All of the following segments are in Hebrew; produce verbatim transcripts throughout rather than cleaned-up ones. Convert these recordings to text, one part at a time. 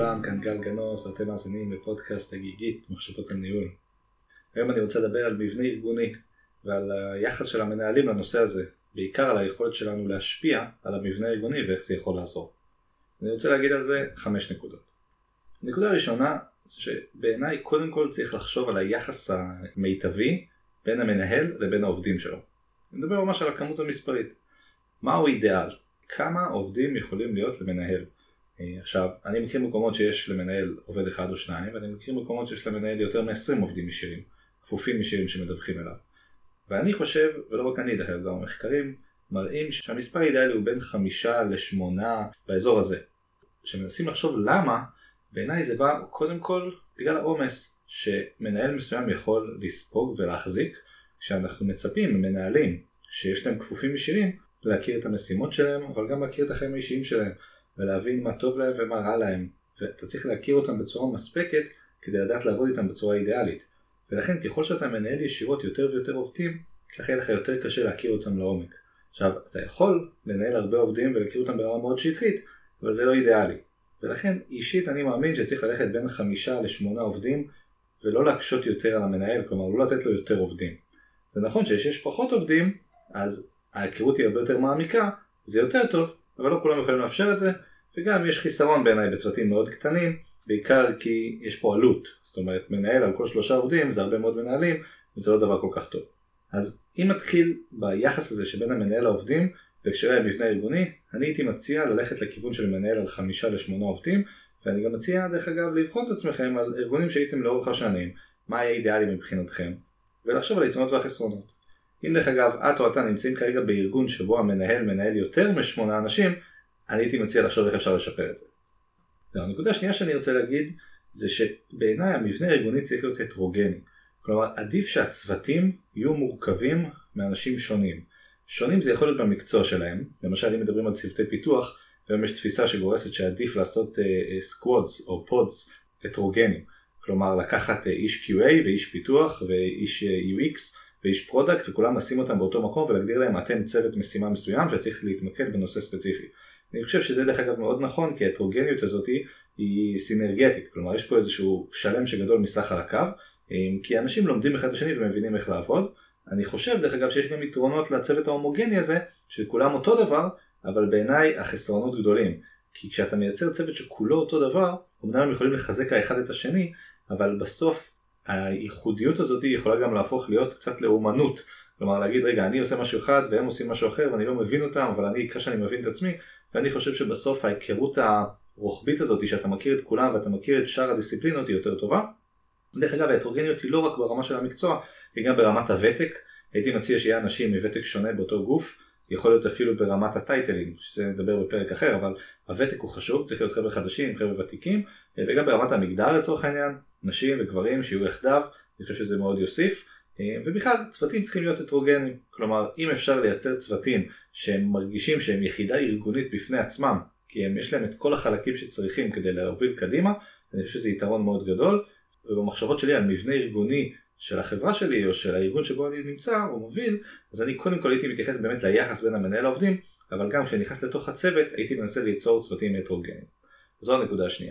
שלום, כאן גל גנות ואתם מאזינים בפודקאסט הגיגית מחשבות הניהול. היום אני רוצה לדבר על מבנה ארגוני ועל היחס של המנהלים לנושא הזה, בעיקר על היכולת שלנו להשפיע על המבנה הארגוני ואיך זה יכול לעזור. אני רוצה להגיד על זה חמש נקודות. הנקודה הראשונה זה שבעיניי קודם כל צריך לחשוב על היחס המיטבי בין המנהל לבין העובדים שלו. אני מדבר ממש על הכמות המספרית. מהו אידיאל? כמה עובדים יכולים להיות למנהל? עכשיו, אני מכיר מקומות שיש למנהל עובד אחד או שניים, ואני מכיר מקומות שיש למנהל יותר מ-עשרים עובדים ישירים, כפופים ישירים שמדווחים אליו. ואני חושב, ולא רק אני דרך גם המחקרים, מראים שהמספר האידיאלי הוא בין חמישה לשמונה באזור הזה. כשמנסים לחשוב למה, בעיניי זה בא קודם כל בגלל העומס שמנהל מסוים יכול לספוג ולהחזיק, כשאנחנו מצפים ממנהלים שיש להם כפופים ישירים להכיר את המשימות שלהם, אבל גם להכיר את החיים האישיים שלהם, ולהבין מה טוב להם ומה רע להם. ואתה צריך להכיר אותם בצורה מספקת כדי לדעת לעבוד איתם בצורה אידיאלית. ולכן ככל שאתה מנהל ישירות יותר ויותר עובדים, ככה יהיה לך יותר קשה להכיר אותם לעומק. עכשיו, אתה יכול לנהל הרבה עובדים ולהכיר אותם ברמה מאוד שטחית, אבל זה לא אידיאלי. ולכן אישית אני מאמין שצריך ללכת בין חמישה לשמונה עובדים, ולא להקשות יותר על המנהל, כלומר לא לתת לו יותר עובדים. זה נכון שיש פחות עובדים, אז ההיכרות היא הרבה יותר מעמיקה, זה יותר טוב, אבל לא כולם יכולים לאפשר את זה, וגם יש חיסרון בעיניי בצוותים מאוד קטנים, בעיקר כי יש פה עלות. זאת אומרת, מנהל על כל שלושה עובדים, זה הרבה מאוד מנהלים, וזה לא דבר כל כך טוב. אז אם נתחיל ביחס הזה שבין המנהל לעובדים, בהקשרי המבנה הארגוני, אני הייתי מציע ללכת לכיוון של מנהל על חמישה לשמונה עובדים, ואני גם מציע דרך אגב לבחון את עצמכם על ארגונים שהייתם לאורך השנים, מה היה אידיאלי מבחינתכם, ולחשוב על היתרונות והחסרונות. אם דרך אגב את או אתה נמצאים כרגע בארגון שבו המנהל מנהל יותר משמונה אנשים, אני הייתי מציע לחשוב איך אפשר לשפר את זה. הנקודה השנייה שאני רוצה להגיד זה שבעיניי המבנה הארגוני צריך להיות הטרוגני. כלומר, עדיף שהצוותים יהיו מורכבים מאנשים שונים. שונים זה יכול להיות במקצוע שלהם. למשל, אם מדברים על צוותי פיתוח, היום יש תפיסה שגורסת שעדיף לעשות סקוואדס או פודס הטרוגנים. כלומר, לקחת איש קיו איי ואיש פיתוח ואיש יו אקס ואיש פרודקט, וכולם נשים אותם באותו מקום ולהגדיר להם אתם צוות משימה מסוים שצריך להתמקד בנושא ספציפי. אני חושב שזה דרך אגב מאוד נכון, כי ההטרוגניות הזאת היא סינרגטית. כלומר, יש פה איזשהו שלם שגדול מסך על הקו, כי אנשים לומדים אחד את השני ומבינים איך לעבוד. אני חושב דרך אגב שיש גם יתרונות לצוות ההומוגני הזה, שכולם אותו דבר, אבל בעיניי החסרונות גדולים. כי כשאתה מייצר צוות שכולו אותו דבר, אמנם הם יכולים לחזק האחד את השני, אבל בסוף הייחודיות הזאת יכולה גם להפוך להיות קצת לאומנות. כלומר להגיד רגע, אני עושה משהו אחד והם עושים משהו אחר ואני לא מבין אותם, אבל אני ככה שאני מבין את עצמי. ואני חושב שבסוף ההיכרות הרוחבית הזאת שאתה מכיר את כולם ואתה מכיר את שאר הדיסציפלינות היא יותר טובה. דרך אגב, ההטרוגניות היא לא רק ברמה של המקצוע, היא גם ברמת הוותק. הייתי מציע שיהיה אנשים מוותק שונה באותו גוף, יכול להיות אפילו ברמת הטייטלים, שזה נדבר בפרק אחר, אבל הוותק הוא חשוב, צריך להיות חבר'ה חדשים, חבר'ה ותיקים, וגם ברמת המגדר לצורך העניין, נשים וגברים שיהיו יחדיו, אני חושב שזה מאוד יוסיף. ובכלל, צוותים צריכים להיות הטרוגנים. כלומר, אם אפשר לייצר צוותים שהם מרגישים שהם יחידה ארגונית בפני עצמם, כי הם יש להם את כל החלקים שצריכים כדי להוביל קדימה, אני חושב שזה יתרון מאוד גדול. ובמחשבות שלי על מבנה ארגוני של החברה שלי או של הארגון שבו אני נמצא או מוביל, אז אני קודם כל הייתי מתייחס באמת ליחס בין המנהל לעובדים, אבל גם כשנכנס לתוך הצוות הייתי מנסה ליצור צוותים הטרוגנים. זו הנקודה השנייה.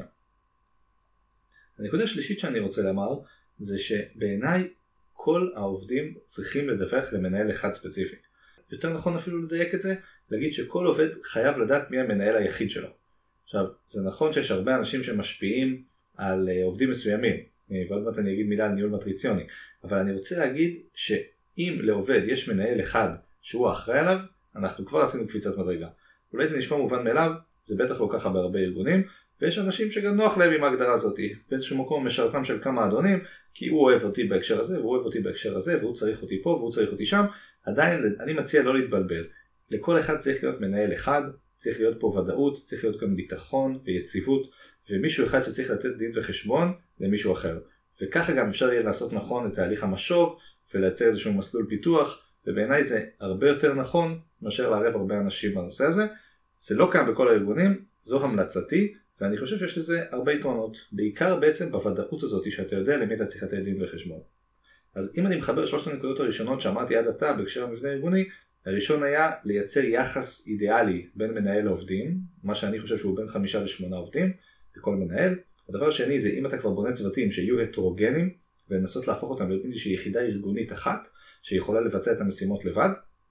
הנקודה השלישית שאני רוצה לומר זה שבעיניי כל העובדים צריכים לדווח למנהל אחד ספציפי. יותר נכון אפילו לדייק את זה, להגיד שכל עובד חייב לדעת מי המנהל היחיד שלו. עכשיו, זה נכון שיש הרבה אנשים שמשפיעים על עובדים מסוימים, ועוד מעט אני אגיד מילה על ניהול מטריציוני, אבל אני רוצה להגיד שאם לעובד יש מנהל אחד שהוא האחראי עליו, אנחנו כבר עשינו קפיצת מדרגה. אולי זה נשמע מובן מאליו, זה בטח לא ככה בהרבה ארגונים, ויש אנשים שגם נוח להם עם ההגדרה הזאת, באיזשהו מקום משרתם של כמה אדונים, כי הוא אוהב אותי בהקשר הזה, והוא אוהב אותי בהקשר הזה, והוא צריך אותי פה, והוא צריך אותי שם. עדיין אני מציע לא להתבלבל. לכל אחד צריך להיות מנהל אחד, צריך להיות פה ודאות, צריך להיות גם ביטחון ויציבות, ומישהו אחד שצריך לתת דין וחשבון למישהו אחר. וככה גם אפשר יהיה לעשות נכון את תהליך המשוב, ולייצר איזשהו מסלול פיתוח, ובעיניי זה הרבה יותר נכון מאשר לערב הרבה אנשים בנושא הזה. זה לא קיים בכל הארגונים, זו המלצתי, ואני חושב שיש לזה הרבה יתרונות, בעיקר בעצם בוודאות הזאת שאתה יודע למי אתה צריך לתת דין וחשבון. אז אם אני מחבר שלושת הנקודות הראשונות שאמרתי עד עתה בהקשר המבנה הארגוני, הראשון היה לייצר יחס אידיאלי בין מנהל לעובדים, מה שאני חושב שהוא בין חמישה לשמונה עובדים, לכל מנהל. הדבר השני זה אם אתה כבר בונה צוותים שיהיו הטרוגנים ולנסות להפוך אותם לאיזושהי יחידה ארגונית אחת שיכולה לבצע את המשימות לבד.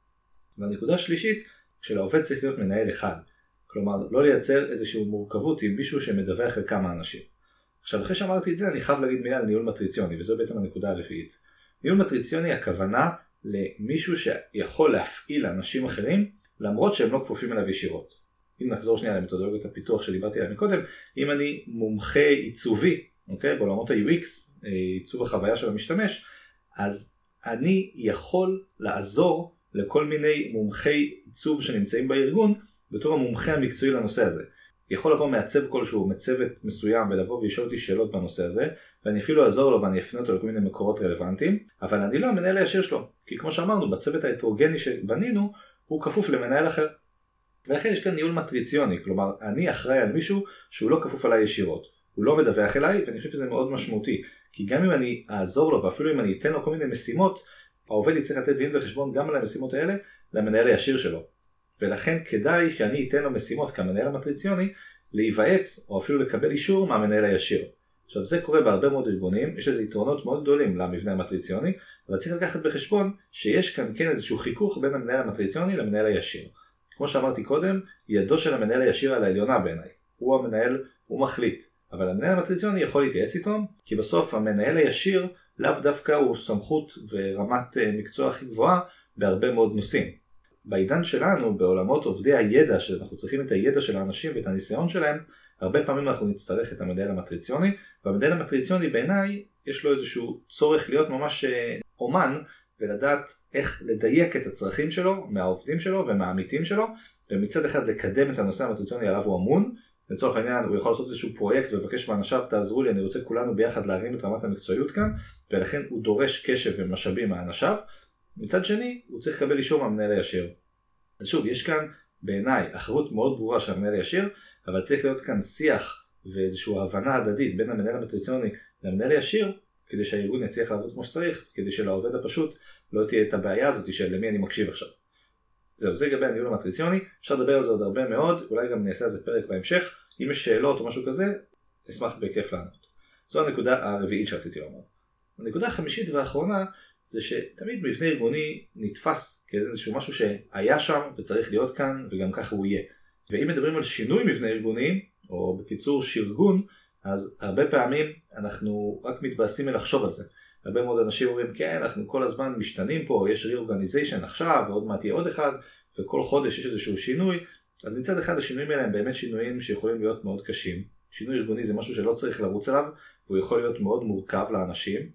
והנקודה השלישית, שלעובד צריך להיות מנהל אחד. כלומר, לא לייצר איזושהי מורכבות עם מישהו שמדווח לכמה אנשים. עכשיו, אחרי שאמרתי את זה, אני חייב להגיד מילה על ניהול מטריציוני, וזו בעצם הנקודה הרביעית. ניהול מטריציוני, הכוונה למישהו שיכול להפעיל אנשים אחרים, למרות שהם לא כפופים אליו ישירות. אם נחזור שנייה למתודולוגיות הפיתוח שדיברתי עליהם מקודם, אם אני מומחה עיצובי, אוקיי, בעולמות ה-יו אקס, עיצוב החוויה של המשתמש, אז אני יכול לעזור לכל מיני מומחי עיצוב שנמצאים בארגון, בתור המומחה המקצועי לנושא הזה. יכול לבוא מעצב כלשהו, מצוות מסוים, ולבוא ולשאול אותי שאלות בנושא הזה, ואני אפילו אעזור לו ואני אפנה אותו לכל מיני מקורות רלוונטיים, אבל אני לא המנהל הישיר שלו, כי כמו שאמרנו, בצוות ההטרוגני שבנינו, הוא כפוף למנהל אחר. ולכן יש כאן ניהול מטריציוני, כלומר, אני אחראי על מישהו שהוא לא כפוף עליי ישירות. הוא לא מדווח אליי, ואני חושב שזה מאוד משמעותי, כי גם אם אני אעזור לו, ואפילו אם אני אתן לו כל מיני משימות, העובד יצטרך לתת דין וחשבון גם על המשימות האלה למנהל הישיר שלו. ולכן כדאי שאני אתן לו משימות כמנהל המטריציוני להיוועץ או אפילו לקבל אישור מהמנהל הישיר. עכשיו זה קורה בהרבה מאוד ארגונים, יש לזה יתרונות מאוד גדולים למבנה המטריציוני, אבל צריך לקחת בחשבון שיש כאן כן איזשהו חיכוך בין המנהל המטריציוני למנהל הישיר. כמו שאמרתי קודם, ידו של המנהל הישיר על העליונה בעיניי. הוא המנהל, הוא מחליט. אבל המנהל המטריציוני יכול להתייעץ איתו, כי בסוף המנהל הישיר לאו דווקא הוא סמכות ורמת מקצוע הכי גבוהה בהרבה מאוד נושאים. בעידן שלנו, בעולמות עובדי הידע, שאנחנו צריכים את הידע של האנשים ואת הניסיון שלהם, הרבה פעמים אנחנו נצטרך את המנהל המטריציוני, והמנהל המטריציוני בעיניי יש לו איזשהו צורך להיות ממש אומן, ולדעת איך לדייק את הצרכים שלו, מהעובדים שלו ומהעמיתים שלו, ומצד אחד לקדם את הנושא המטריציוני עליו הוא אמון. לצורך העניין הוא יכול לעשות איזשהו פרויקט ובקש מאנשיו תעזרו לי, אני רוצה כולנו ביחד להרים את רמת המקצועיות כאן, ולכן הוא דורש קשב ומשאבים מאנשיו. מצד שני הוא צריך לקבל אישור מהמנהל הישיר. אז שוב, יש כאן בעיניי אחריות מאוד ברורה של המנהל הישיר, אבל צריך להיות כאן שיח ואיזושהי הבנה הדדית בין המנהל המטריציוני למנהל הישיר, כדי שהארגון יצליח לעבוד כמו שצריך, כדי שלעובד הפשוט לא תהיה את הבעיה הזאת של למי אני מקשיב עכשיו. זהו, זה לגבי הניהול המטריציוני, אפשר לדבר על זה עוד הרבה מאוד, אולי גם נעשה על זה פרק בהמשך, אם יש שאלות או משהו כזה, אשמח בכיף לענות. זו הנקודה הרביעית שרציתי לומר. הנקודה החמישית והאחרונה, זה שתמיד מבנה ארגוני נתפס כאיזשהו משהו שהיה שם וצריך להיות כאן וגם ככה הוא יהיה. ואם מדברים על שינוי מבנה ארגוני, או בקיצור שירגון, אז הרבה פעמים אנחנו רק מתבאסים מלחשוב על זה. הרבה מאוד אנשים אומרים, כן, אנחנו כל הזמן משתנים פה, יש reorganization עכשיו, ועוד מעט יהיה עוד אחד, וכל חודש יש איזשהו שינוי. אז מצד אחד השינויים האלה הם באמת שינויים שיכולים להיות מאוד קשים. שינוי ארגוני זה משהו שלא צריך לרוץ עליו, והוא יכול להיות מאוד מורכב לאנשים,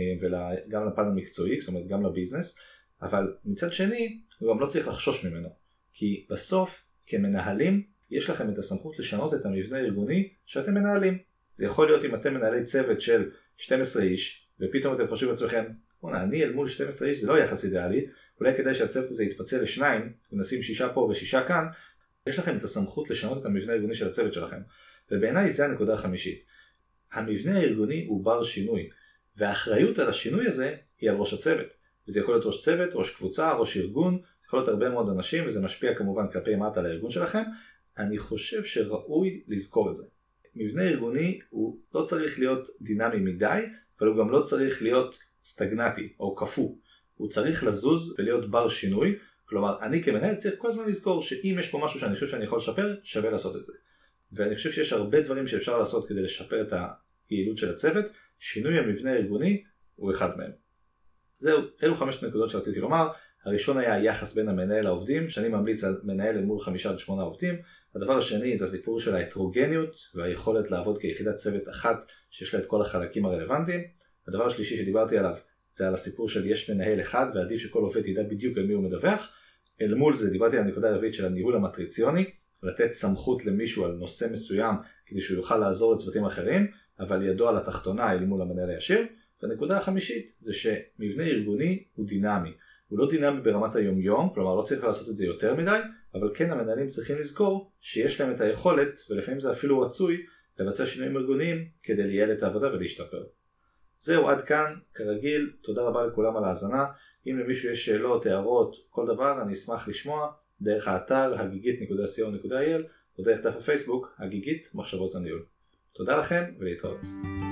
וגם לפן המקצועי, זאת אומרת גם לביזנס, אבל מצד שני, הוא גם לא צריך לחשוש ממנו. כי בסוף, כמנהלים, יש לכם את הסמכות לשנות את המבנה הארגוני שאתם מנהלים. זה יכול להיות אם אתם מנהלי צוות של שנים עשר איש, ופתאום אתם חושבים לעצמכם, בוא'נה, אני אל מול שנים עשר איש, זה לא יחס אידיאלי, אולי כדאי שהצוות הזה יתפצל לשניים, ונשים שישה פה ושישה כאן, יש לכם את הסמכות לשנות את המבנה הארגוני של הצוות שלכם. ובעיניי זה הנקודה החמישית. המבנה הארגוני הוא בר שינוי, והאחריות על השינוי הזה היא על ראש הצוות. וזה יכול להיות ראש צוות, ראש קבוצה, ראש ארגון, זה יכול להיות הרבה מאוד אנשים, וזה משפיע כמובן כלפי מטה על הארגון שלכם. אני חושב שראוי לזכור את זה. מבנה ארגוני הוא לא צריך להיות דינמי מדי, אבל הוא גם לא צריך להיות סטגנטי או קפוא. הוא צריך לזוז ולהיות בר שינוי. כלומר, אני כמנהל צריך כל הזמן לזכור שאם יש פה משהו שאני חושב שאני יכול לשפר, שווה לעשות את זה. ואני חושב שיש הרבה דברים שאפשר לעשות כדי לשפר את היעילות של הצוות. שינוי המבנה הארגוני הוא אחד מהם. זהו, אלו חמש נקודות שרציתי לומר. הראשון היה היחס בין המנהל לעובדים, שאני ממליץ על מנהל מול חמישה עד שמונה עובדים. הדבר השני זה הסיפור של ההטרוגניות והיכולת לעבוד כיחידת צוות אחת שיש לה את כל החלקים הרלוונטיים. הדבר השלישי שדיברתי עליו זה על הסיפור של יש מנהל אחד ועדיף שכל עובד ידע בדיוק על מי הוא מדווח. אל מול זה דיברתי על הנקודה הרביעית של הניהול המטריציוני, לתת סמכות למישהו על נושא מסוים כדי שהוא יוכל לעזור לצוותים אחרים, אבל ידו על התחתונה אל מול המנהל הישיר. והנקודה החמישית זה שמבנה ארגוני הוא דינמי. הוא לא דינמי ברמת היום-יום, כלומר לא צריך לעשות את זה יותר מדי, אבל כן המנהלים צריכים לזכור שיש להם את היכולת, ולפעמים זה אפילו רצוי, לבצע שינויים ארגוניים כדי לייעל את העבודה ולהשתפר. זהו, עד כאן, כרגיל, תודה רבה לכולם על ההאזנה. אם למישהו יש שאלות, הערות, כל דבר, אני אשמח לשמוע דרך האתר הגיגית נקודה סי או נקודה איי אל או דרך דף הפייסבוק, הגיגית מחשבות הניהול. תודה לכם ולהתראות.